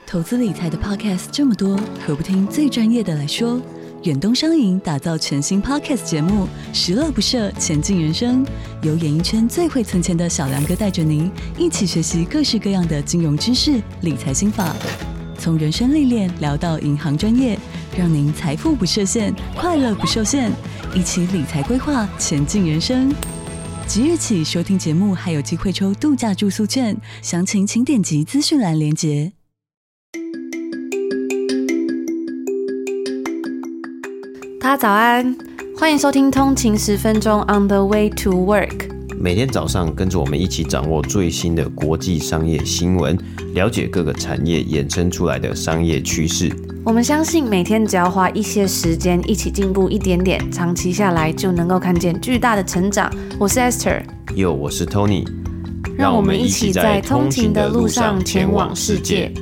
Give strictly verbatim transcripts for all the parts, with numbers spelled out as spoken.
投资理财的 podcast 这么多，何不听最专业的来说？远东商银打造全新 podcast 节目，十乐不设，前进人生，由演艺圈最会存钱的小梁哥带着您一起学习各式各样的金融知识、理财心法，从人生历练聊到银行专业，让您财富不设限，快乐不受限，一起理财规划，前进人生。即日起收听节目还有机会抽度假住宿券，详情请点击资讯栏连结。 大家早安，欢迎收听通勤十分钟 On the way to work。 每天早上跟着我们一起掌握最新的国际商业新闻，了解各个产业衍生出来的商业趋势。 我们相信每天只要花一些时间一起进步一点点，长期下来就能够看见巨大的成长。我是 Esther， Yo， 我是 Tony， 让我们一起在通勤的路上前往世界。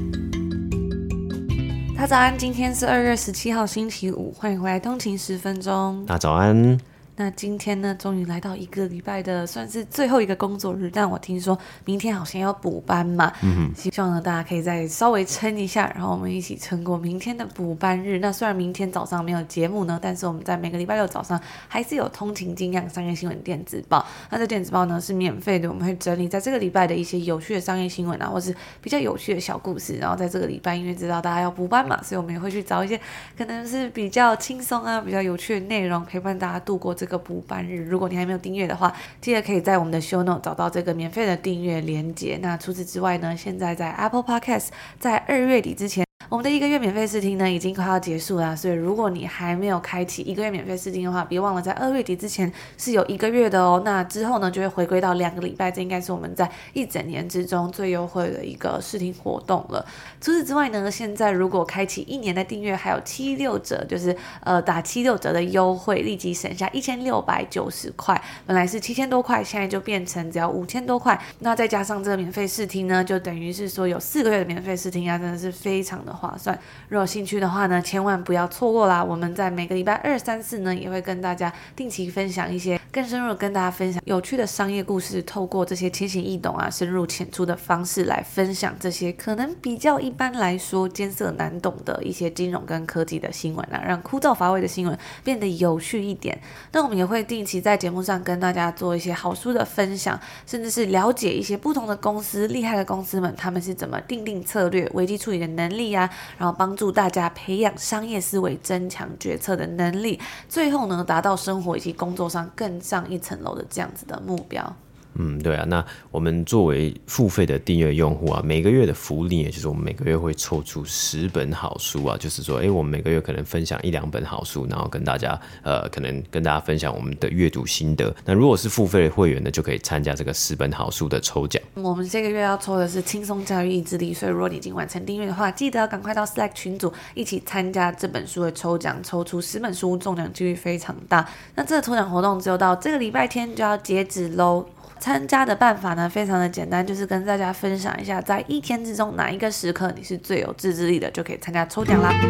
大家早安，今天是二月十七号星期五，欢迎回来通勤十分钟。 大家早安。 那今天呢，终于来到一个礼拜的算是最后一个工作日，但我听说明天好像要补班嘛，嗯、希望呢大家可以再稍微撑一下，然后我们一起撑过明天的补班日。那虽然明天早上没有节目呢，但是我们在每个礼拜六早上还是有通勤精酿商业新闻电子报。那这电子报呢是免费的，我们会整理在这个礼拜的一些有趣的商业新闻啊，或是比较有趣的小故事。然后在这个礼拜，因为知道大家要补班嘛，所以我们也会去找一些可能是比较轻松啊、比较有趣的内容，陪伴大家度过这个。个补班日，如果你还没有订阅的话，记得可以在我们的 show note 找到这个免费的订阅连结。那除此之外呢，现在在 Apple Podcast 在二月底之前，我们的一个月免费试听呢已经快要结束了，所以如果你还没有开启一个月免费试听的话，别忘了在二月底之前是有一个月的哦。那之后呢就会回归到两个礼拜，这应该是我们在一整年之中最优惠的一个试听活动了。除此之外呢，现在如果开启一年的订阅，还有七六折，就是呃打七六折的优惠，立即省下一千六百九十块，本来是七千多块，现在就变成只要五千多块。那再加上这个免费试听呢，就等于是说有四个月的免费试听啊，真的是非常的划算。如果有兴趣的话呢，千万不要错过啦！我们在每个礼拜二、三、四呢，也会跟大家定期分享一些更深入的跟大家分享有趣的商业故事，透过这些浅显易懂啊、深入浅出的方式来分享这些可能比较一般来说艰涩难懂的一些金融跟科技的新闻啊，让枯燥乏味的新闻变得有趣一点。那我们也会定期在节目上跟大家做一些好书的分享，甚至是了解一些不同的公司、厉害的公司们他们是怎么订定策略、危机处理的能力啊，然后帮助大家培养商业思维，增强决策的能力，最后呢达到生活以及工作上更上一层楼的这样子的目标。 嗯，对啊，那我们作为付费的订阅用户啊，每个月的福利也就是我们每个月会抽出十本好书啊，就是说，哎，我们每个月可能分享一两本好书，然后跟大家呃，可能跟大家分享我们的阅读心得。那如果是付费的会员呢，就可以参加这个十本好书的抽奖。 我们这个月要抽的是轻松教育意志力，所以如果你已经完成订阅的话，记得要赶快到 Slack 群组一起参加这本书的抽奖，抽出十本书，中奖几率非常大。那这个抽奖活动只有到这个礼拜天就要截止咯。参加的办法呢非常的简单，就是跟大家分享一下在一天之中哪一个时刻你是最有自制力的，就可以参加抽奖啦。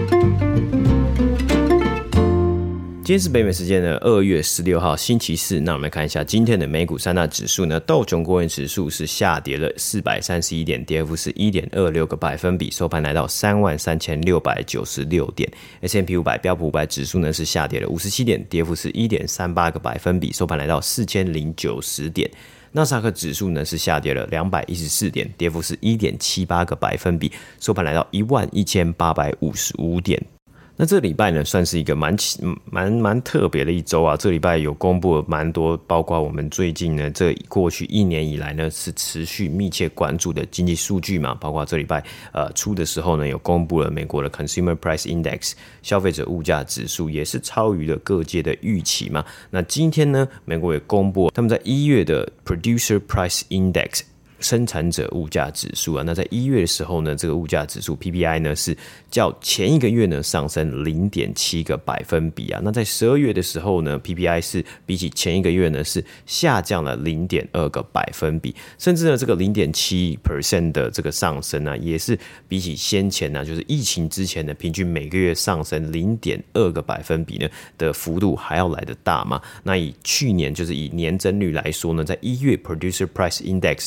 今天是北美时间的二月十六号星期四，那我们来看一下今天的美股三大指数呢，道琼工业指数是下跌了四百三十一点，跌幅是 一点二六 个百分比，收盘来到三万三千六百九十六点。 S and P 五百 标普五百指数呢是下跌了五十七点，跌幅是 一点三八 个百分比，收盘来到四千零九十点。纳斯达克指数呢是下跌了两百一十四点，跌幅是 一点七八 个百分比，收盘来到一万一千八百五十五点。那这礼拜呢，算是一个蛮蛮蛮特别的一周啊。这礼拜有公布了蛮多，包括我们最近呢，这过去一年以来呢，是持续密切关注的经济数据嘛。包括这礼拜呃初的时候呢，有公布了美国的 Consumer Price Index 消费者物价指数，也是超于了各界的预期嘛。那今天呢，美国也公布他们在一月的 Producer Price Index。生产者物价指数啊，那在一月的时候呢，这个物价指数 P P I 呢是较前一个月呢上升 零点七 个百分比啊。那在十二月的时候呢 ，P P I 是比起前一个月呢是下降了 零点二 个百分比，甚至呢这个 零点七 percent 的这个上升啊，也是比起先前呢、啊、就是疫情之前的平均每个月上升 零点二 个百分比呢的幅度还要来得大嘛。那以去年就是以年增率来说呢，在一月 Producer Price Index 呢是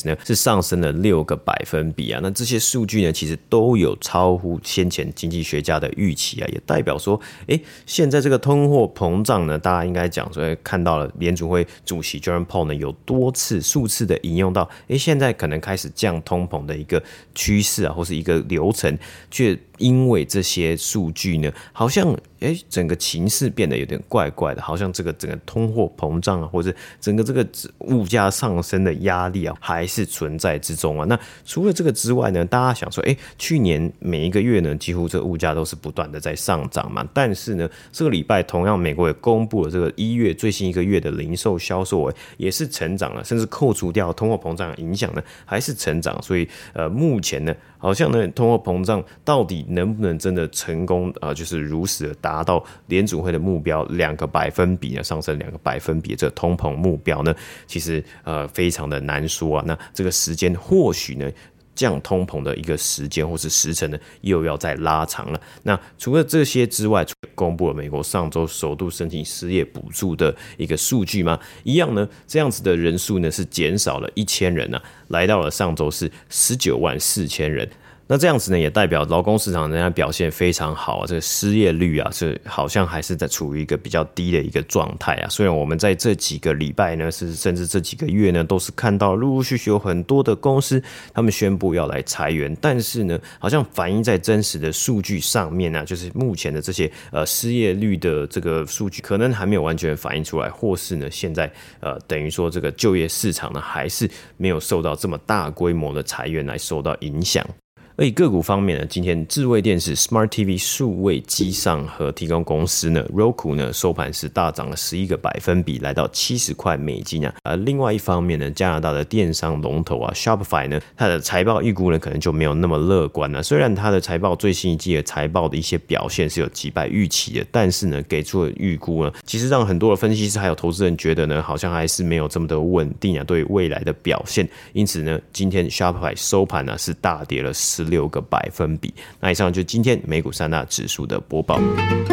上升了六个百分比啊。那这些数据呢，其实都有超乎先前经济学家的预期啊，也代表说，哎，现在这个通货膨胀呢，大家应该讲说看到了联储会主席 Jerome Powell 呢有多次数次的引用到，哎，现在可能开始降通膨的一个趋势啊，或是一个流程，却因为这些数据呢，好像哎整个情势变得有点怪怪的，好像这个整个通货膨胀啊，或者整个这个物价上升的压力啊，还是存在之中啊。那除了这个之外呢，大家想说，哎，去年每一个月呢，几乎这个物价都是不断的在上涨嘛，但是呢，这个礼拜同样美国也公布了这个一月最新一个月的零售销售额也是成长了，甚至扣除掉通货膨胀的影响呢，还是成长。所以呃，目前呢，好像呢，通货膨胀到底能不能真的成功啊、呃，就是如实的达到联储会的目标两个百分比呢，上升两个百分比的这个通膨目标呢，其实呃非常的难说啊。那这个时间或许呢，降通膨的一个时间或是时程呢，又要再拉长了。那除了这些之外，公布了美国上周首度申请失业补助的一个数据吗？一样呢，这样子的人数呢是减少了一千人啊，来到了上周是十九万四千人。那这样子呢，也代表劳工市场仍然表现非常好啊，这个失业率啊，是好像还是在处于一个比较低的一个状态啊。虽然我们在这几个礼拜呢，是甚至这几个月呢，都是看到陆陆续续有很多的公司他们宣布要来裁员，但是呢，好像反映在真实的数据上面啊，就是目前的这些呃失业率的这个数据，可能还没有完全反映出来，或是呢，现在呃等于说这个就业市场呢，还是没有受到这么大规模的裁员来受到影响。而以个股方面呢，今天智慧电视 Smart T V 数位机上盒提供公司呢 Roku 呢收盘是大涨了十一个百分比，来到七十块美金啊。而另外一方面呢，加拿大的电商龙头啊 Shopify 呢，它的财报预估呢可能就没有那么乐观了。虽然它的财报最新一季的财报的一些表现是有击败预期的，但是呢给出的预估呢，其实让很多的分析师还有投资人觉得呢，好像还是没有这么的稳定啊，对于未来的表现。因此呢，今天 Shopify 收盘呢是大跌了十六个百分比。那以上就是今天美股三大指数的播报。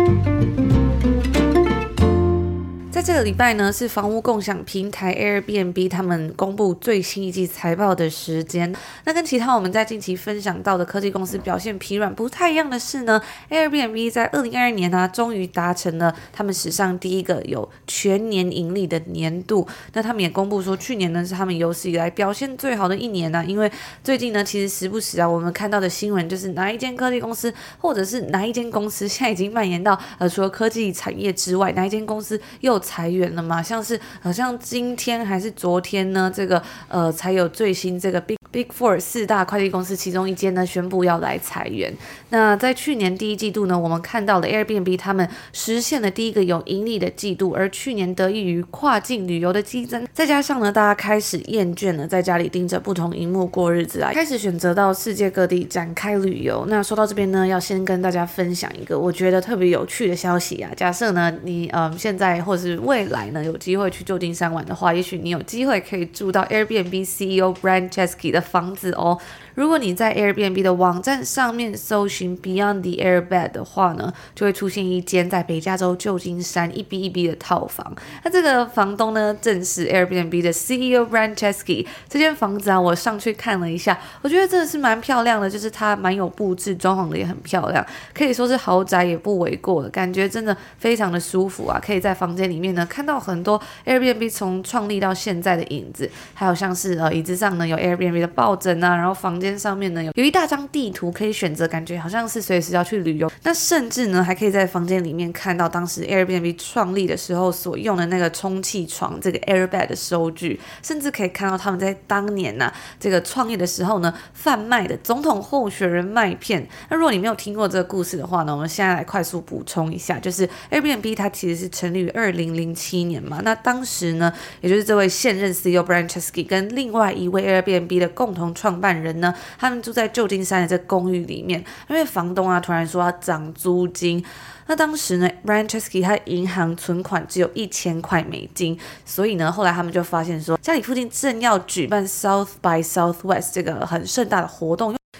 在这个礼拜呢，是房屋共享平台 Airbnb 他们公布最新一季财报的时间。那跟其他我们在近期分享到的科技公司表现疲软不太一样的是呢， Airbnb 在二零二二年呢、啊，终于达成了他们史上第一个有全年盈利的年度。那他们也公布说，去年呢是他们有史以来表现最好的一年啊。因为最近呢，其实时不时啊，我们看到的新闻就是哪一间科技公司，或者是哪一间公司现在已经蔓延到呃除了科技产业之外，哪一间公司又裁员了嘛？像是好像今天还是昨天呢，这个呃才有最新这个 Big Big Four 四大会计公司其中一间呢宣布要来裁员。那在去年第一季度呢，我们看到了 Airbnb 他们实现了第一个有盈利的季度，而去年得益于跨境旅游的激增，再加上呢大家开始厌倦了在家里盯着不同荧幕过日子啊，开始选择到世界各地展开旅游。那说到这边呢，要先跟大家分享一个我觉得特别有趣的消息啊。假设呢你呃现在或是未来呢有机会去旧金山玩的话，也许你有机会可以住到 Airbnb C E O Brian Chesky 的房子哦。如果你在 Airbnb 的网站上面搜寻 Beyond the Airbed 的话呢，就会出现一间在北加州旧金山一 B 一 B 的套房。那这个房东呢，正是 Airbnb 的 C E O Brian Chesky。这间房子啊，我上去看了一下，我觉得真的是蛮漂亮的，就是它蛮有布置，装潢的也很漂亮，可以说是豪宅也不为过了，感觉真的非常的舒服啊。可以在房间里面呢看到很多 Airbnb 从创立到现在的影子，还有像是呃椅子上呢有 Airbnb 的抱枕啊，然后房间上面呢有有一大张地图可以选择，感觉好像是随时要去旅游。那甚至呢还可以在房间里面看到当时 Airbnb 创立的时候所用的那个充气床这个 Airbed 的收据，甚至可以看到他们在当年呢、啊、这个创业的时候呢贩卖的总统候选人麦片。那如果你没有听过这个故事的话呢，我们现在来快速补充一下，就是 Airbnb 它其实是成立于二零零七年嘛。那当时呢，也就是这位现任 C E O Brian Chesky 跟另外一位 Airbnb 的共同创办人呢，他们住在旧金山的这个公寓里面，因为房东啊突然说要涨租金。那当时呢 Brian Chesky 他银行存款只有一千块美金，所以呢后来他们就发现说，家里附近正要举办 South by Southwest 这个很盛大的活动，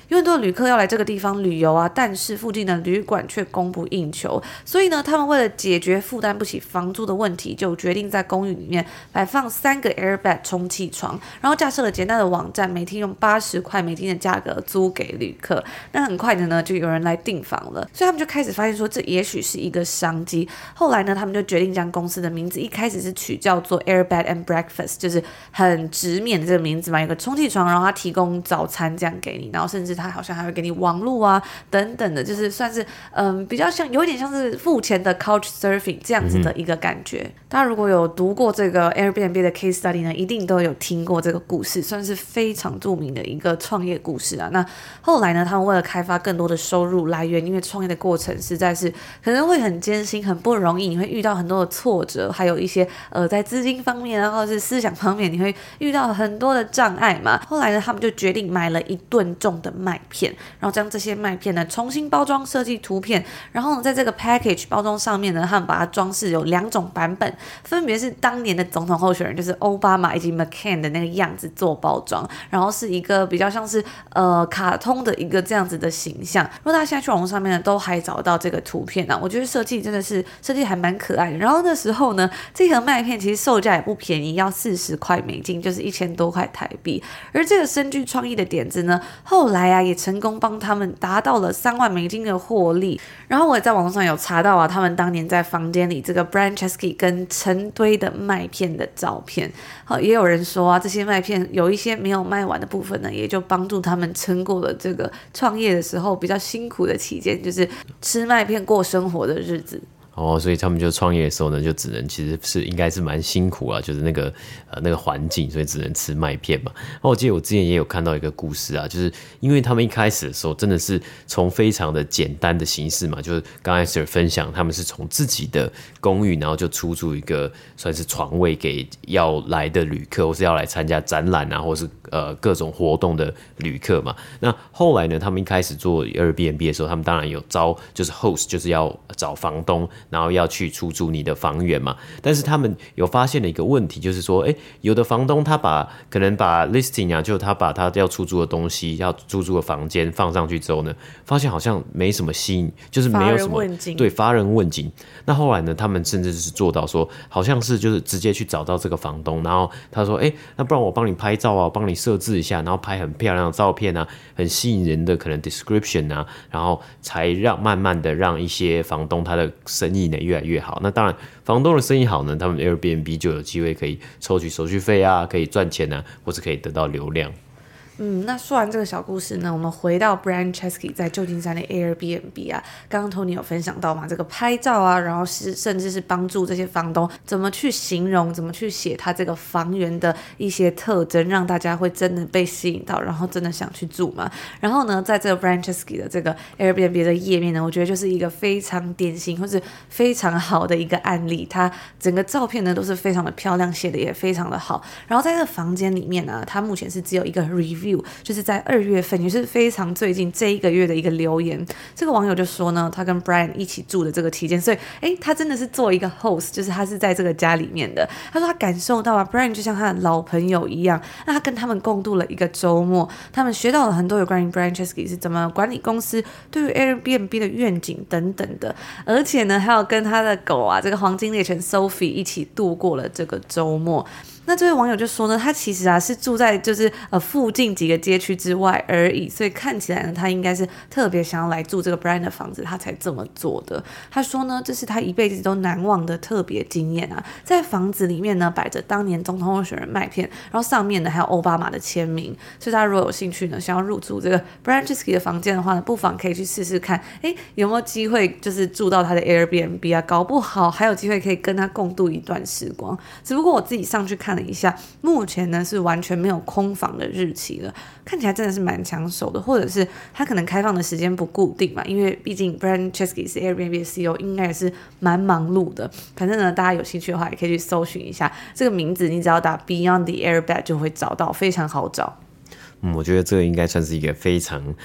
有很多旅客要来这个地方旅游啊，但是附近的旅馆却供不应求，所以呢，他们为了解决负担不起房租的问题，就决定在公寓里面摆放三个 airbed 充气床，然后架设了简单的网站，每天用八十块美金的价格租给旅客。那很快的呢，就有人来订房了，所以他们就开始发现说，这也许是一个商机。后来呢，他们就决定将公司的名字一开始是取叫做 Airbed and Breakfast， 就是很直面的这个名字嘛，有个充气床，然后他提供早餐这样给你，然后甚至他好像还会给你网路啊等等的，就是算是嗯比较像有一点像是付钱的 couch surfing 这样子的一个感觉。嗯、大家如果有读过这个 Airbnb 的 case study 呢，一定都有听过这个故事，算是非常著名的一个创业故事啊。那后来呢，他们为了开发更多的收入来源，因为创业的过程实在是可能会很艰辛、很不容易，你会遇到很多的挫折，还有一些呃在资金方面啊，或者是思想方面，你会遇到很多的障碍嘛。后来呢，他们就决定买了一吨重的麦片，然后将这些麦片呢重新包装、设计图片，然后呢在这个 package 包装上面呢，他们把它装饰有两种版本，分别是当年的总统候选人，就是奥巴马以及 McCain 的那个样子做包装，然后是一个比较像是呃卡通的一个这样子的形象。如果大家现在去网络上面呢，都还找到这个图片啊，我觉得设计真的是设计还蛮可爱的。然后那时候呢，这盒麦片其实售价也不便宜，要四十块美金，就是一千多块台币。而这个深具创意的点子呢，后来啊也成功帮他们达到了三万美金的获利。然后我也在网络上有查到啊，他们当年在房间里这个 Brian Chesky 跟成堆的麦片的照片。好，也有人说啊，这些麦片有一些没有卖完的部分呢，也就帮助他们撑过了这个创业的时候比较辛苦的期间，就是吃麦片过生活的日子。 哦，所以他们就创业的时候呢，就只能其实是应该是蛮辛苦啊，就是那个呃那个环境，所以只能吃麦片嘛。然后我记得我之前也有看到一个故事啊，就是因为他们一开始的时候真的是从非常的简单的形式嘛，就是刚才 Sir 分享，他们是从自己的公寓，然后就出租一个算是床位给要来的旅客，或是要来参加展览啊，或是呃各种活动的旅客嘛。那后来呢，他们一开始做 Airbnb 的时候，他们当然有招就是 host， 就是要找房东。然后要去出租你的房源嘛，但是他们有发现了一个问题，就是说，哎，有的房东他把可能把 listing 啊，就他把他要出租的东西、要出租的房间放上去之后呢，发现好像没什么吸引，就是没有什么对乏人问津。那后来呢，他们甚至是做到说，好像是就是直接去找到这个房东，然后他说，哎，那不然我帮你拍照啊，帮你设置一下，然后拍很漂亮的照片啊，很吸引人的可能 description 啊，然后才让慢慢的让一些房东他的生意呢越来越好。那当然房东的生意好呢，他们 Airbnb 就有机会可以抽取手续费啊，可以赚钱啊，或是可以得到流量。 嗯，那说完这个小故事呢，我们回到 Brian Chesky 在旧金山的 Airbnb 啊，刚刚 Tony 有分享到嘛，这个拍照啊，然后是甚至是帮助这些房东怎么去形容，怎么去写他这个房源的一些特征，让大家会真的被吸引到，然后真的想去住嘛。然后呢，在这个 Brian Chesky 的这个 Airbnb 的页面呢，我觉得就是一个非常典型或是非常好的一个案例，它整个照片呢都是非常的漂亮，写的也非常的好。然后在这个房间里面呢，它目前是只有一个 review，就是在二月份，也是非常最近这一个月的一个留言。这个网友就说呢，他跟 Brian 一起住的这个期间，所以哎，他真的是做一个 host， 就是他是在这个家里面的。他说他感受到啊 ，Brian 就像他的老朋友一样，那他跟他们共度了一个周末，他们学到了很多有关于 Brian Chesky 是怎么管理公司，对于 Airbnb 的愿景等等的。而且呢，还有跟他的狗啊，这个黄金猎犬 Sophie 一起度过了这个周末。那这位网友就说呢，他其实啊是住在就是呃附近几个街区之外而已，所以看起来呢，他应该是特别想要来住这个 Brian 的房子，他才这么做的。他说呢，这是他一辈子都难忘的特别经验啊。在房子里面呢，摆着当年总统候选人麦片，然后上面呢还有奥巴马的签名。所以大家如果有兴趣呢，想要入住这个 Brian Chesky 的房间的话呢，不妨可以去试试看，哎，有没有机会就是住到他的 Airbnb 啊？搞不好还有机会可以跟他共度一段时光。只不过我自己上去看了一下，目前呢是完全没有空房的日期了，看起来真的是蛮抢手的，或者是他可能开放的时间不固定嘛，因为毕竟 Brian Chesky 是 Airbnb 的 C E O， 应该也是蛮忙碌的。反正呢，大家有兴趣的话也可以去搜寻一下这个名字，你只要打 Beyond the Airbed 就会找到，非常好找。 嗯，我觉得这个应该算是一个非常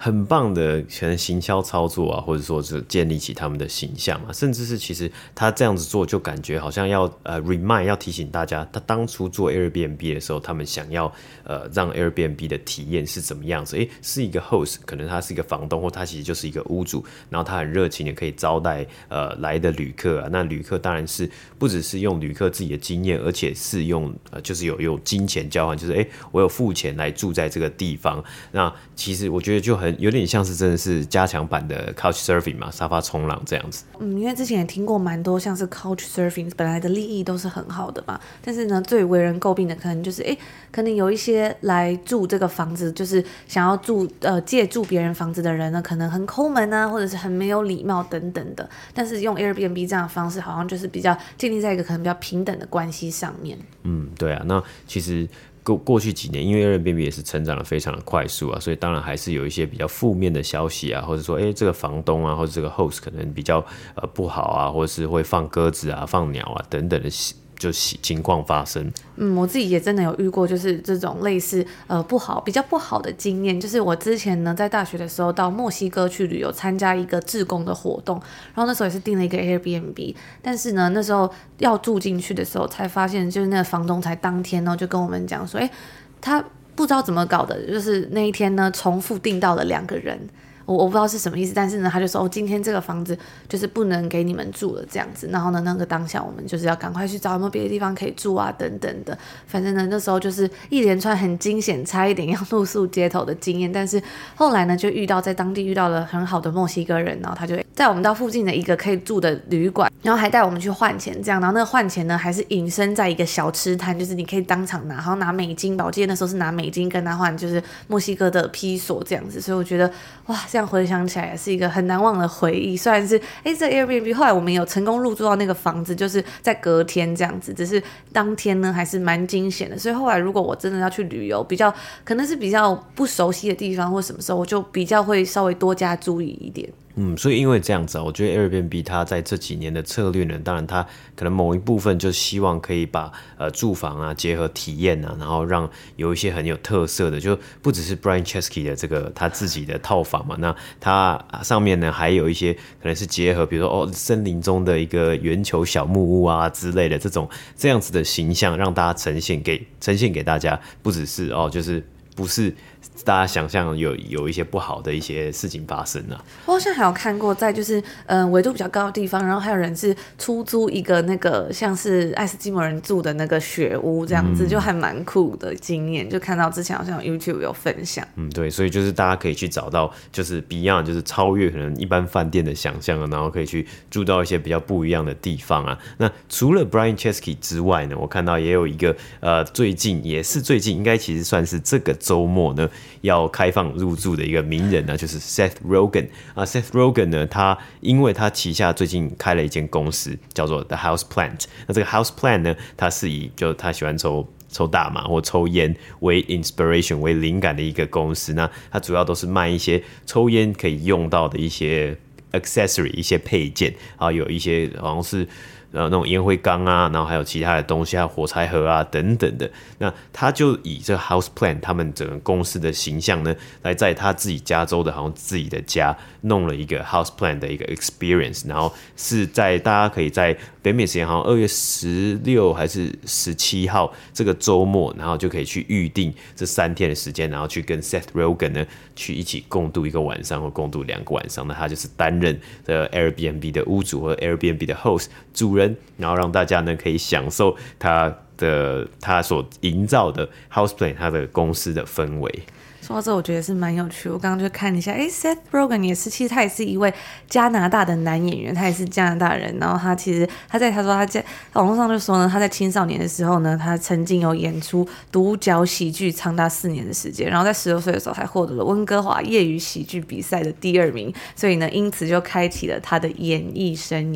很棒的可能行销操作啊，或者说是建立起他们的形象啊，甚至是其实他这样子做就感觉好像要呃 remind 要提醒大家，他当初做 Airbnb 的时候，他们想要呃让 Airbnb 的体验是怎么样子？诶，是一个 host， 可能他是一个房东，或他其实就是一个屋主，然后他很热情的可以招待呃来的旅客啊。那旅客当然是不只是用旅客自己的经验，而且是用呃就是有用金钱交换，就是诶我有付钱来住在这个地方。那其实我觉得就很有点像是真的是加强版的 Couch Surfing 嘛，沙发冲浪这样子。 嗯，因为之前也听过蛮多像是 Couch Surfing 本来的利益都是很好的嘛，但是呢最为人诟病的可能就是诶可能有一些来住这个房子就是想要住呃借住别人房子的人呢，可能很抠门啊，或者是很没有礼貌等等的，但是用 Airbnb 这样的方式好像就是比较建立在一个可能比较平等的关系上面。 嗯，对啊，那其实过过去几年，因为 Airbnb 也是成长的非常的快速啊，所以当然还是有一些比较负面的消息啊，或者说，哎，这个房东啊，或者这个 host 可能比较呃不好啊，或者是会放鸽子啊、放鸟啊等等的就情况发生。 嗯，我自己也真的有遇过，就是这种类似呃不好、比较不好的经验。就是我之前呢在大学的时候到墨西哥去旅游，参加一个志工的活动，然后那时候也是订了一个 Airbnb， 但是呢那时候要住进去的时候才发现，就是那个房东才当天呢就跟我们讲说，哎，他不知道怎么搞的，就是那一天呢重复订到了两个人。我我不知道是什么意思，但是呢，他就说哦，今天这个房子就是不能给你们住了这样子。然后呢，那个当下我们就是要赶快去找有没有别的地方可以住啊，等等的。反正呢，那时候就是一连串很惊险，差一点要露宿街头的经验。但是后来呢，就遇到在当地遇到了很好的墨西哥人，然后他就带我们到附近的一个可以住的旅馆，然后还带我们去换钱，这样。然后那个换钱呢，还是隐身在一个小吃摊，就是你可以当场拿，然后拿美金吧。我记得那时候是拿美金跟他换，就是墨西哥的披索这样子。所以我觉得哇。这样回想起来也是一个很难忘的回忆。虽然是哎，这 Airbnb 后来我们有成功入住到那个房子，就是在隔天这样子，只是当天呢还是蛮惊险的。所以后来如果我真的要去旅游，比较可能是比较不熟悉的地方或什么时候，我就比较会稍微多加注意一点。 嗯，所以因为这样子啊，我觉得 Airbnb 它在这几年的策略呢，当然它可能某一部分就希望可以把呃住房啊结合体验啊，然后让有一些很有特色的，就不只是 Brian Chesky 的这个他自己的套房嘛，那它上面呢还有一些可能是结合，比如说哦森林中的一个圆球小木屋啊之类的这种这样子的形象，让大家呈现给呈现给大家，不只是哦就是不是。大家想象有有一些不好的一些事情发生啊。 我好像还有看过，在就是嗯纬度比较高的地方，然后还有人是出租一个那个像是爱斯基摩人住的那个雪屋这样子，嗯、就还蛮酷的经验。就看到之前好像 YouTube 有分享。 嗯，对，所以就是大家可以去找到就是 Beyond， 就是超越可能一般饭店的想象，然后可以去住到一些比较不一样的地方啊。那除了 Brian Chesky 之外呢，我看到也有一个呃最近也是最近应该其实算是这个周末呢。要开放入住的一个名人呢，就是 Seth Rogen 啊。Seth Rogen 呢，他因为他旗下最近开了一间公司，叫做 The House Plant。那这个 House Plant 呢，它是以就他喜欢抽抽大麻或抽烟为 inspiration 为灵感的一个公司。那它主要都是卖一些抽烟可以用到的一些 accessory 一些配件啊，有一些好像是。呃，那种烟灰缸啊，然后还有其他的东西，还有火柴盒啊等等的。那他就以这个 House Plan 他们整个公司的形象呢，来在他自己加州的好像自己的家弄了一个 House Plan 的一个 experience， 然后是在大家可以在北美时间好像二月十六还是十七号这个周末，然后就可以去预定这三天的时间，然后去跟 Seth Rogen 呢去一起共度一个晚上或共度两个晚上。那他就是担任的 Airbnb 的屋主或者 Airbnb 的 host 主人。然后让大家呢可以享受他的他所营造的 Houseplan 他的公司的氛围。 说到这我觉得是蛮有趣，我刚刚就看一下，哎 Seth Rogen 也是，其实他也是一位加拿大的男演员，他也是加拿大人。然后他其实他在他说他在网络上就说呢，他在青少年的时候呢，他曾经有演出独角喜剧长达四年的时间，然后在十六岁的时候还获得了温哥华业余喜剧比赛的第二名，所以呢因此就开启了他的演艺生涯。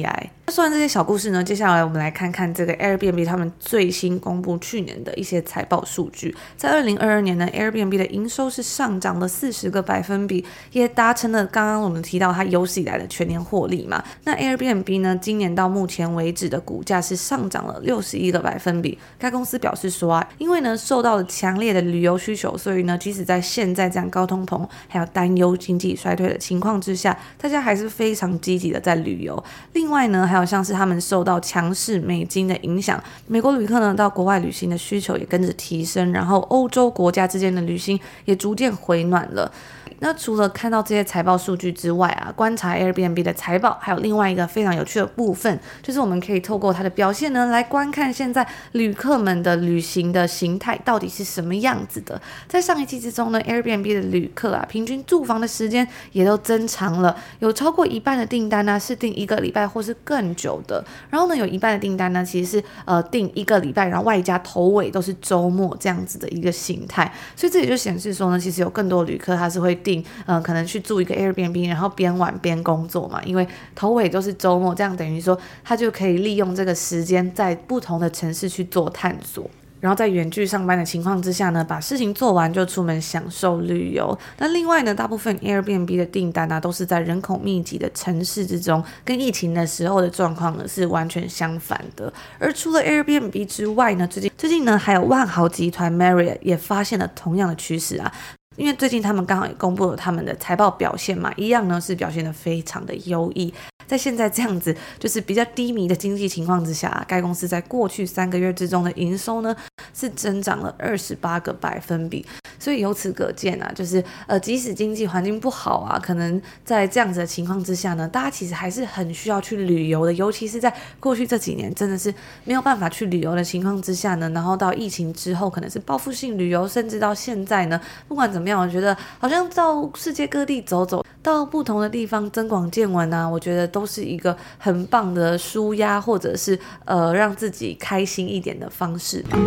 说完这些小故事呢，接下来我们来看看这个 Airbnb 他们最新公布去年的一些财报数据。在二零二二年呢 Airbnb 的营收是上涨了四十个百分比，也达成了刚刚我们提到它有史以来的全年获利嘛。那 Airbnb 呢，今年到目前为止的股价是上涨了六十一个百分比。该公司表示说啊，因为呢受到了强烈的旅游需求，所以呢即使在现在这样高通膨还有担忧经济衰退的情况之下，大家还是非常积极的在旅游。另外呢，还有像是他们受到强势美金的影响，美国旅客呢到国外旅行的需求也跟着提升，然后欧洲国家之间的旅行也逐渐回暖了。那除了看到这些财报数据之外啊，观察 Airbnb 的财报还有另外一个非常有趣的部分，就是我们可以透过它的表现呢来观看现在旅客们的旅行的形态到底是什么样子的。在上一季之中呢 Airbnb 的旅客啊，平均住房的时间也都增长了，有超过一半的订单呢是订一个礼拜或是更久的，然后呢有一半的订单呢其实是呃订一个礼拜，然后外加头尾都是周末这样子的一个形态。所以这也就显示说呢，其实有更多旅客他是会订呃，可能去住一个 Airbnb， 然后边玩边工作嘛，因为头尾都是周末，这样等于说他就可以利用这个时间在不同的城市去做探索。然后在远距上班的情况之下呢，把事情做完就出门享受旅游。那另外呢，大部分 Airbnb 的订单啊，都是在人口密集的城市之中，跟疫情的时候的状况呢是完全相反的。而除了 Airbnb 之外呢，最近最近呢还有万豪集团 Marriott 也发现了同样的趋势啊。因为最近他们刚好也公布了他们的财报表现嘛，一样呢是表现得非常的优异。在现在这样子就是比较低迷的经济情况之下，该公司在过去三个月之中的营收呢是增长了二十八个百分比。所以由此可见啊，就是呃，即使经济环境不好啊，可能在这样子的情况之下呢，大家其实还是很需要去旅游的，尤其是在过去这几年真的是没有办法去旅游的情况之下呢，然后到疫情之后可能是报复性旅游，甚至到现在呢，不管怎么样，我觉得好像到世界各地走走，到不同的地方增广见闻啊，我觉得都是一个很棒的抒压或者是呃让自己开心一点的方式吧。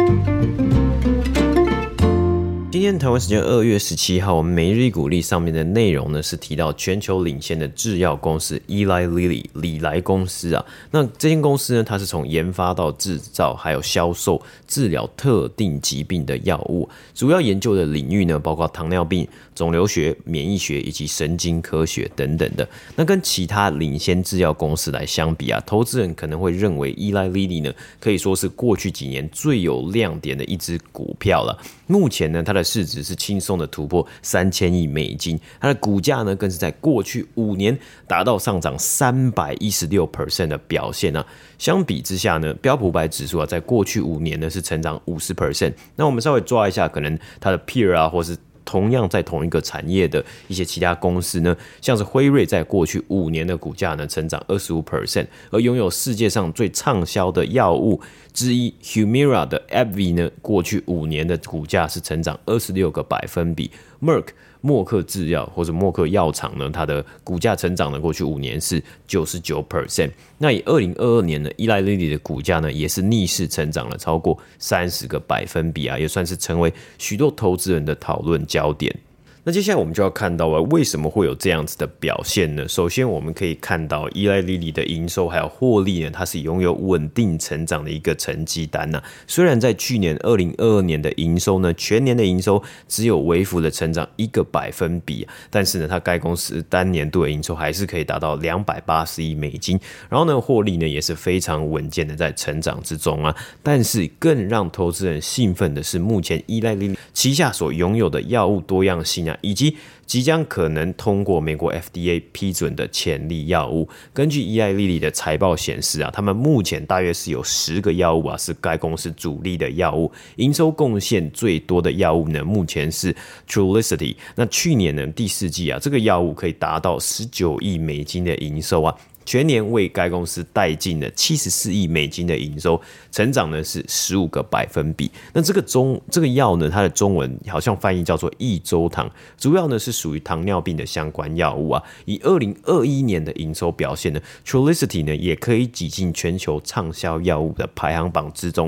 今天台湾时间二月十七号，我们每日一股力上面的内容呢是提到全球领先的制药公司 Eli Lilly 李来公司啊。那这间公司呢，它是从研发到制造还有销售治疗特定疾病的药物，主要研究的领域呢包括糖尿病、肿瘤学、免疫学以及神经科学等等的。那跟其他领先制药公司来相比啊，投资人可能会认为 Eli Lilly 呢可以说是过去几年最有亮点的一支股票了。目前呢，它的市值是轻松的突破三千亿美金，它的股价呢更是在过去五年达到上涨 百分之三百一十六 的表现啊。相比之下呢，标普五百指数啊，在过去五年呢是成长 百分之五十。那我们稍微抓一下，可能它的 peer 啊，或是同样在同一个产业的一些其他公司呢，像是辉瑞在过去五年的股价呢成长 百分之二十五， 而拥有世界上最畅销的药物之一 Humira 的 A B V 呢，过去五年的股价是成长二十六个百分比。Merck 默克制药或者默克药厂呢，它的股价成长呢过去五年是 百分之九十九。那以二零二二年呢 Eli Lilly 的股价呢也是逆势成长了超过三十个百分比啊，也算是成为许多投资人的讨论焦点。那接下来我们就要看到啊，为什么会有这样子的表现呢？首先我们可以看到 Eli Lilly 的营收还有获利呢，它是拥有稳定成长的一个成绩单啊。虽然在去年二零二二年的营收呢，全年的营收只有微幅的成长一个百分比，但是呢，它该公司单年度的营收还是可以达到两百八十亿美金，然后呢，获利呢也是非常稳健的在成长之中啊。但是更让投资人兴奋的是，目前 Eli Lilly 旗下所拥有的药物多样性啊，以及即将可能通过美国 F D A 批准的潜力药物。根据 Eli Lilly 的财报显示啊，他们目前大约是有十个药物啊是该公司主力的药物，营收贡献最多的药物呢，目前是 Trulicity。那去年呢第四季啊，这个药物可以达到十九亿美金的营收啊。全年为该公司带进了七十四亿美金的营收，成长呢是十五个百分比。那这个中这个药呢，它的中文好像翻译叫做益州糖，主要呢是属于糖尿病的相关药物啊。以二零二一年的营收表现呢 ，Trulicity 呢也可以挤进全球畅销药物的排行榜之中。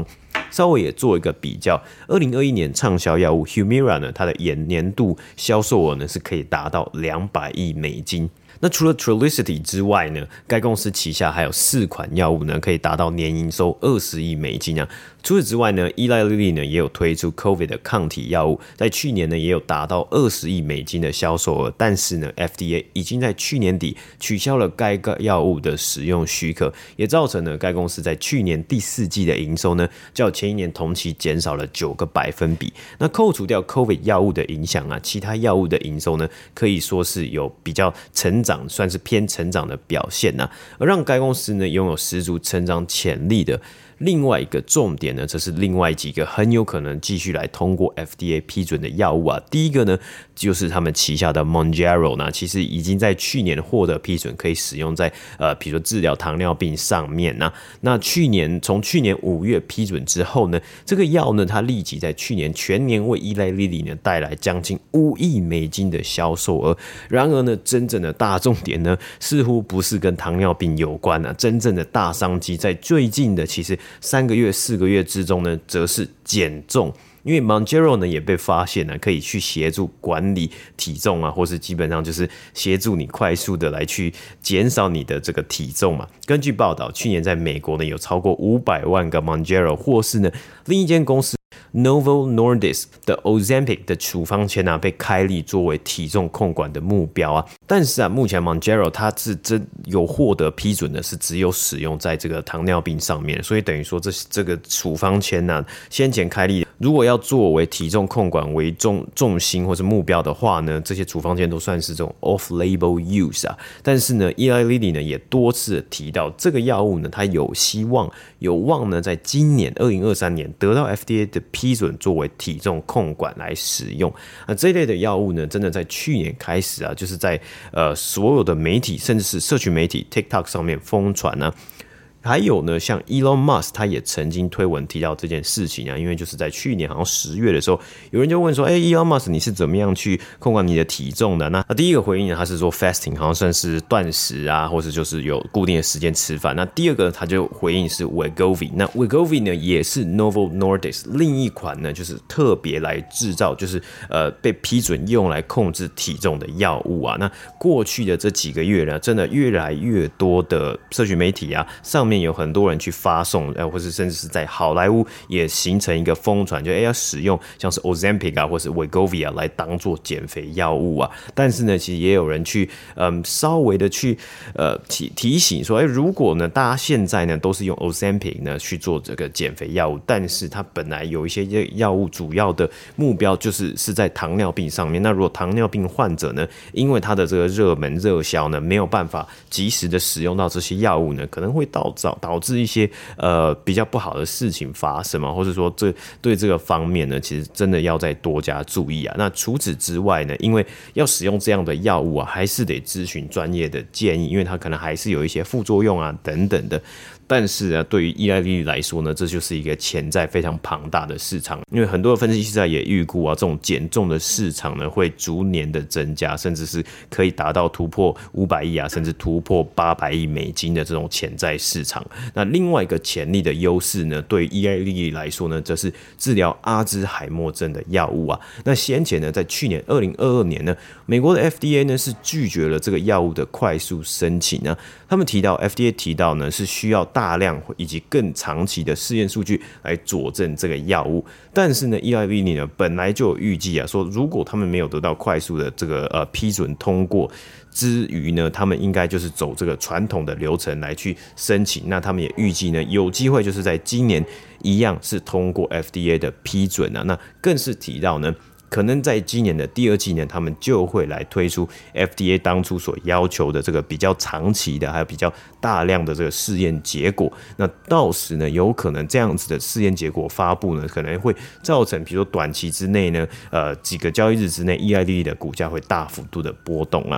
稍微也做一个比较，二零二一年畅销药物 Humira 呢，它的年度销售额呢是可以达到两百亿美金。那除了 Trulicity 之外呢，该公司旗下还有四款药物呢，可以达到年营收二十亿美金啊。除此之外呢 ，Eli Lilly 呢也有推出 COVID 的抗体药物，在去年呢也有达到二十亿美金的销售额，但是呢 ，F D A 已经在去年底取消了该个药物的使用许可，也造成了该公司在去年第四季的营收呢，较前一年同期减少了九个百分比。那扣除掉 COVID 药物的影响啊，其他药物的营收呢，可以说是有比较成长，算是偏成长的表现啊，而让该公司呢拥有十足成长潜力的。另外一个重点呢，这是另外几个很有可能继续来通过 F D A 批准的药物啊。第一个呢，就是他们旗下的 Mounjaro 呢，其实已经在去年获得批准，可以使用在呃，比如说治疗糖尿病上面啊。那去年从去年五月批准之后呢，这个药呢，它立即在去年全年为 Eli Lilly 呢带来将近五亿美金的销售额。然而呢，真正的大重点呢，似乎不是跟糖尿病有关啊，真正的大商机在最近的其实。三个月、四个月之中呢，则是减重，因为 Mounjaro 呢也被发现呢，可以去协助管理体重啊，或是基本上就是协助你快速的来去减少你的这个体重嘛。根据报道，去年在美国呢有超过五百万个 Mounjaro， 或是呢另一间公司。Novo Nordisk 的 Ozempic 的处方签啊，被开立作为体重控管的目标啊。但是啊，目前 Mounjaro 它是真有获得批准的，是只有使用在这个糖尿病上面，所以等于说这这个处方签啊，先前开立，如果要作为体重控管为重重心或是目标的话呢，这些处方签都算是这种 off-label use 啊。但是呢 ，Eli Lilly 呢也多次提到，这个药物呢，它有希望有望呢，在今年二零二三年得到 F D A 的批准作为体重控管来使用。那这一类的药物呢，真的在去年开始啊，就是在呃所有的媒体甚至是社群媒体 TikTok 上面疯传啊。还有呢，像 Elon Musk 他也曾经推文提到这件事情啊，因为就是在去年好像十月的时候，有人就问说，哎、欸、，Elon Musk 你是怎么样去控管你的体重的？那第一个回应呢，他是说 fasting， 好像算是断食啊，或者就是有固定的时间吃饭。那第二个他就回应是 Wegovy， 那 Wegovy 呢也是 Novo Nordisk 另一款呢，就是特别来制造，就是呃被批准用来控制体重的药物啊。那过去的这几个月呢，真的越来越多的社群媒体啊上面。面有很多人去发送，或是甚至是在好莱坞也形成一个疯传，就、欸、要使用像是 Ozempic 啊，或是 Wegovy 啊来当做减肥药物啊。但是呢，其实也有人去，嗯，稍微的去呃 提, 提醒说，哎、欸，如果呢大家现在呢都是用 Ozempic 呢去做这个减肥药物，但是它本来有一些药物主要的目标就是是在糖尿病上面。那如果糖尿病患者呢，因为他的这个热门热销呢没有办法及时的使用到这些药物呢，可能会导致导致一些呃比较不好的事情发生嘛，或者说这对这个方面呢，其实真的要再多加注意啊。那除此之外呢，因为要使用这样的药物啊，还是得咨询专业的建议，因为它可能还是有一些副作用啊等等的。但是啊，对于Eli Lilly来说呢，这就是一个潜在非常庞大的市场，因为很多的分析师也预估啊，这种减重的市场呢会逐年的增加，甚至是可以达到突破五百亿啊，甚至突破八百亿美金的这种潜在市场。那另外一个潜力的优势呢，对于Eli Lilly来说呢，则是治疗阿兹海默症的药物啊。那先前呢，在去年二零二二年呢，美国的 F D A 呢是拒绝了这个药物的快速申请啊。他们提到 F D A 提到呢是需要大量以及更长期的试验数据来佐证这个药物，但是呢 Eli Lilly 呢本来就有预计啊，说如果他们没有得到快速的这个呃批准通过之余呢，他们应该就是走这个传统的流程来去申请。那他们也预计呢有机会就是在今年一样是通过 F D A 的批准啊。那更是提到呢，可能在今年的第二季呢，他们就会来推出 F D A 当初所要求的这个比较长期的，还有比较大量的这个试验结果。那到时呢，有可能这样子的试验结果发布呢，可能会造成，比如说短期之内呢，呃，几个交易日之内，Eli Lilly的股价会大幅度的波动啊。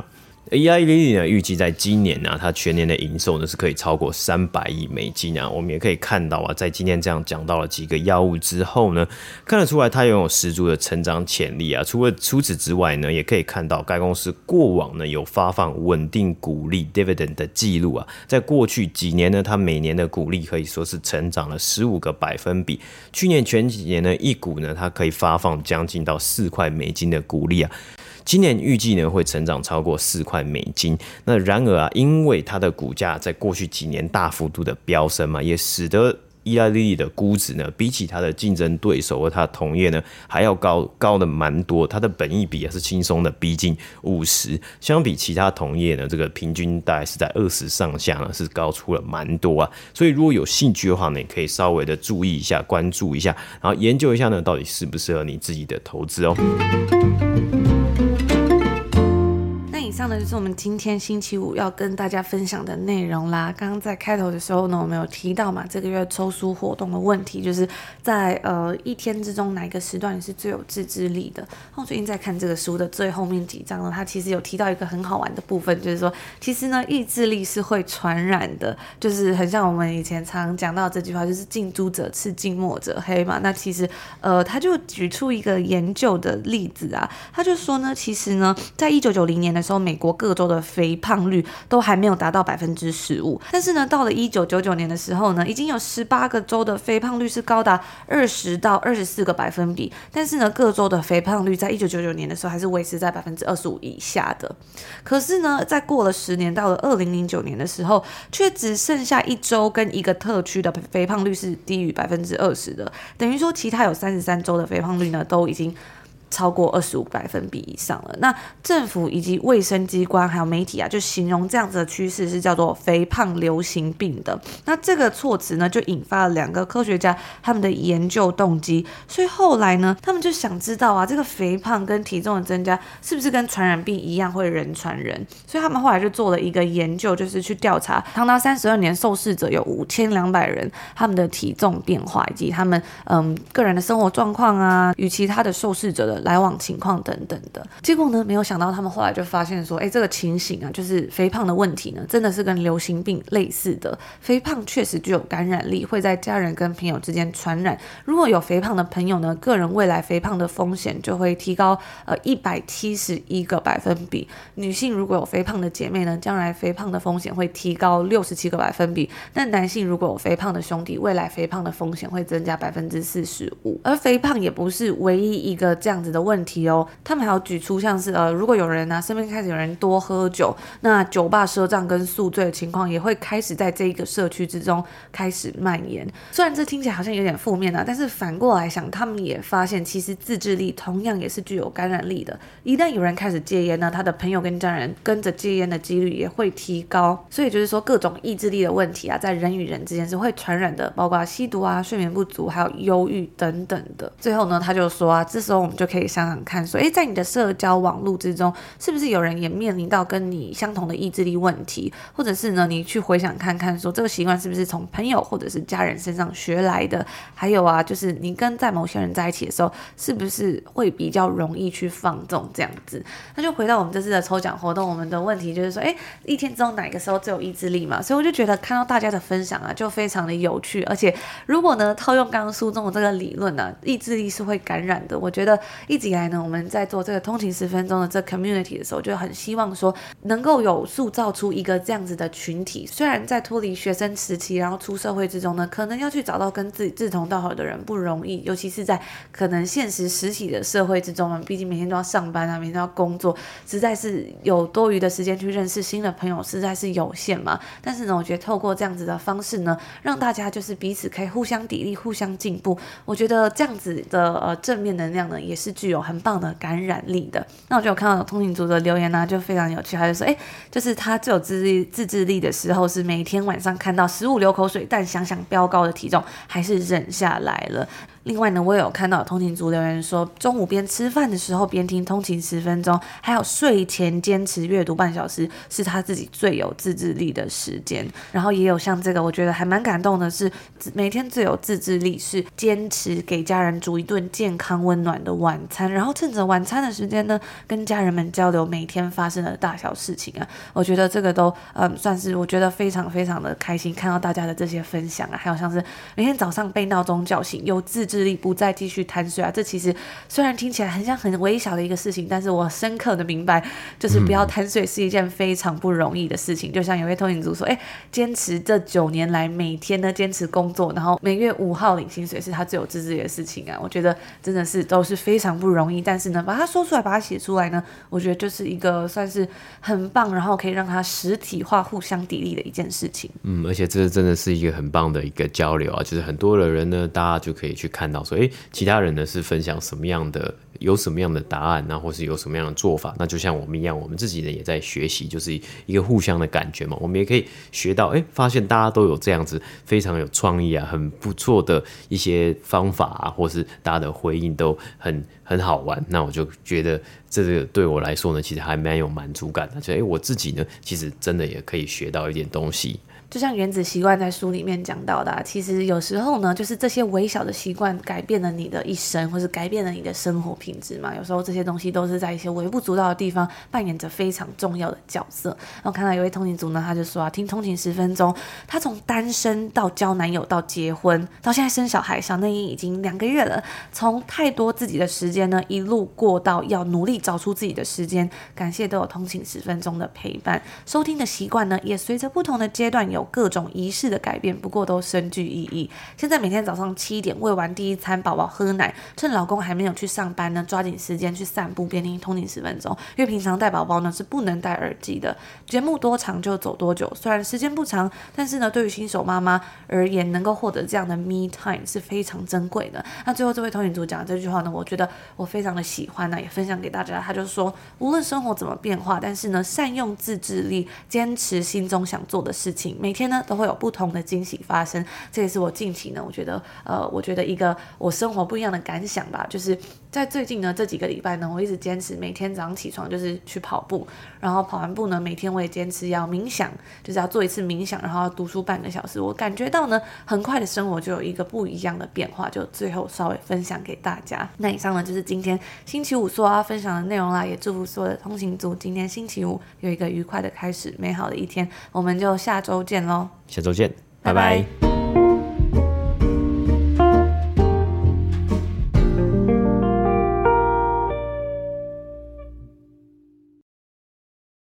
伊拉利呢，预计在今年啊，它全年的营收呢是可以超过三百亿美金啊。我们也可以看到啊，在今天这样讲到了几个药物之后呢，看得出来它拥有十足的成长潜力啊。除了除此之外呢，也可以看到该公司过往呢有发放稳定股利 dividend 的记录啊。在过去几年呢，它每年的股利可以说是成长了十五个百分比。去年全几年呢，一股呢它可以发放将近到四块美金的股利啊。今年预计呢会成长超过四块美金。那然而啊，因为它的股价在过去几年大幅度的飙升嘛，也使得伊拉利的估值呢，比起它的竞争对手和它的同业呢，还要高高的蛮多。它的本益比啊是轻松的逼近五十，相比其他同业呢，这个平均大概是在二十上下呢，是高出了蛮多啊。所以如果有兴趣的话呢，你可以稍微的注意一下，关注一下，然后研究一下呢，到底适不适合你自己的投资哦。 以上呢就是我们今天星期五要跟大家分享的内容啦。刚刚在开头的时候呢，我们有提到嘛，这个月抽书活动的问题，就是在呃一天之中哪一个时段你是最有自制力的。我最近在看这个书的最后面几章呢，它其实有提到一个很好玩的部分，就是说其实呢意志力是会传染的，就是很像我们以前常讲到这句话，就是近朱者赤，近墨者黑嘛。那其实呃他就举出一个研究的例子啊，他就说呢，其实呢在一九九零年的时候，美国各州的肥胖率都还没有达到百分之十五，但是呢，到了一九九九年的时候呢，已经有十八个州的肥胖率是高达二十到二十四个百分比，但是呢，各州的肥胖率在一九九九年的时候还是维持在百分之二十五以下的。可是呢，在过了十年，到了二零零九年的时候，却只剩下一州跟一个特区的肥胖率是低于百分之二十的，等于说其他有三十三州的肥胖率呢，都已经超过二十五百分比以上了。那政府以及卫生机关还有媒体啊，就形容这样子的趋势是叫做肥胖流行病的。那这个措辞呢，就引发了两个科学家他们的研究动机。所以后来呢，他们就想知道啊，这个肥胖跟体重的增加是不是跟传染病一样会人传人？所以他们后来就做了一个研究，就是去调查长达三十二年受试者有五千两百人他们的体重变化，以及他们嗯个人的生活状况啊，与其他的受试者的来往情况等等的。结果呢，没有想到他们后来就发现说，哎，这个情形啊，就是肥胖的问题呢，真的是跟流行病类似的。肥胖确实具有感染力，会在家人跟朋友之间传染。如果有肥胖的朋友呢，个人未来肥胖的风险就会提高呃一百七十一个百分比。女性如果有肥胖的姐妹呢，将来肥胖的风险会提高六十七个百分比。那男性如果有肥胖的兄弟，未来肥胖的风险会增加百分之四十五。而肥胖也不是唯一一个这样子的问题哦，他们还有举出像是呃，如果有人啊身边开始有人多喝酒，那酒吧赊账跟宿醉的情况也会开始在这一个社区之中开始蔓延。虽然这听起来好像有点负面啊，但是反过来想，他们也发现其实自制力同样也是具有感染力的。一旦有人开始戒烟呢，他的朋友跟家人跟着戒烟的几率也会提高。所以就是说，各种意志力的问题啊，在人与人之间是会传染的，包括吸毒啊、睡眠不足还有忧郁等等的。最后呢，他就说啊，这时候我们就可以想想看说，诶，在你的社交网络之中，是不是有人也面临到跟你相同的意志力问题？或者是呢，你去回想看看说，这个习惯是不是从朋友或者是家人身上学来的？还有啊，就是你跟在某些人在一起的时候，是不是会比较容易去放纵这样子？那就回到我们这次的抽奖活动，我们的问题就是说，诶，一天之中哪个时候最有意志力嘛？所以我就觉得看到大家的分享啊，就非常的有趣。而且如果呢，套用刚刚书中的这个理论啊，意志力是会感染的。我觉得一直以来呢，我们在做这个通勤十分钟的这 community 的时候，就很希望说能够有塑造出一个这样子的群体。虽然在脱离学生时期，然后出社会之中呢，可能要去找到跟自己志同道合的人不容易，尤其是在可能现实实体的社会之中呢，毕竟每天都要上班啊，每天都要工作，实在是有多余的时间去认识新的朋友，实在是有限嘛。但是呢，我觉得透过这样子的方式呢，让大家就是彼此可以互相砥砺、互相进步。我觉得这样子的呃正面能量呢，也是具有很棒的感染力的。那我就有看到有通勤族的留言啊，就非常有趣，他就说，哎，就是他最有自制自制力的时候，是每天晚上看到食物流口水，但想想飙高的体重还是忍下来了。 另外呢，我也有看到有通勤族留言说，中午边吃饭的时候边听通勤十分钟，还有睡前坚持阅读半小时，是他自己最有自制力的时间。然后也有像这个，我觉得还蛮感动的是，每天最有自制力是坚持给家人煮一顿健康温暖的晚餐，然后趁着晚餐的时间呢，跟家人们交流每天发生的大小事情啊。我觉得这个都嗯算是我觉得非常非常的开心，看到大家的这些分享啊，还有像是每天早上被闹钟叫醒，有自制力不再继续贪睡啊，这其实虽然听起来很像很微小的一个事情，但是我深刻的明白，就是不要贪睡是一件非常不容易的事情。嗯、就像有位通勤族说，哎，坚持这九年来每天呢坚持工作，然后每月五号领薪水是他最有自制力的事情啊。我觉得真的是都是非常不容易，但是呢，把它说出来，把它写出来呢，我觉得就是一个算是很棒，然后可以让它实体化、互相砥砺的一件事情。 嗯，而且这真的是一个很棒的一个交流啊，就是很多的人呢，大家就可以去看到说，哎，其他人呢是分享什么样的，有什么样的答案，那或是有什么样的做法，那就像我们一样，我们自己呢也在学习，就是一个互相的感觉嘛。我们也可以学到，哎，发现大家都有这样子非常有创意啊，很不错的一些方法啊，或是大家的回应都很很好玩。那我就觉得这个对我来说呢，其实还蛮有满足感的。就哎，我自己呢，其实真的也可以学到一点东西。 就像原子习惯在书里面讲到的、啊，其实有时候呢，就是这些微小的习惯改变了你的一生，或是改变了你的生活品质嘛。有时候这些东西都是在一些微不足道的地方扮演着非常重要的角色。然后看到有位通勤族呢，他就说啊，听通勤十分钟，他从单身到交男友到结婚，到现在生小孩，小内衣已经两个月了，从太多自己的时间呢，一路过到要努力找出自己的时间。感谢都有通勤十分钟的陪伴，收听的习惯呢，也随着不同的阶段有各种仪式的改变，不过都深具意义。现在每天早上七点喂完第一餐，宝宝喝奶，趁老公还没有去上班呢，抓紧时间去散步，边听通勤十分钟。因为平常带宝宝呢是不能戴耳机的，节目多长就走多久，虽然时间不长，但是呢，对于新手妈妈而言，能够获得这样的 me time 是非常珍贵的。那最后这位通勤族讲的这句话呢，我觉得我非常的喜欢呢，也分享给大家。他就说，无论生活怎么变化，但是呢，善用自制力，坚持心中想做的事情，每天呢都会有不同的惊喜发生。这也是我近期呢，我觉得呃，我觉得一个我生活不一样的感想吧，就是在最近呢这几个礼拜呢，我一直坚持每天早上起床就是去跑步，然后跑完步呢，每天我也坚持要冥想，就是要做一次冥想，然后要读书半个小时。我感觉到呢，很快的生活就有一个不一样的变化，就最后稍微分享给大家。那以上呢就是今天星期五所要分享的内容啦，也祝福所有的通勤族今天星期五有一个愉快的开始，美好的一天。我们就下周见咯， 下周见，拜拜。 拜拜。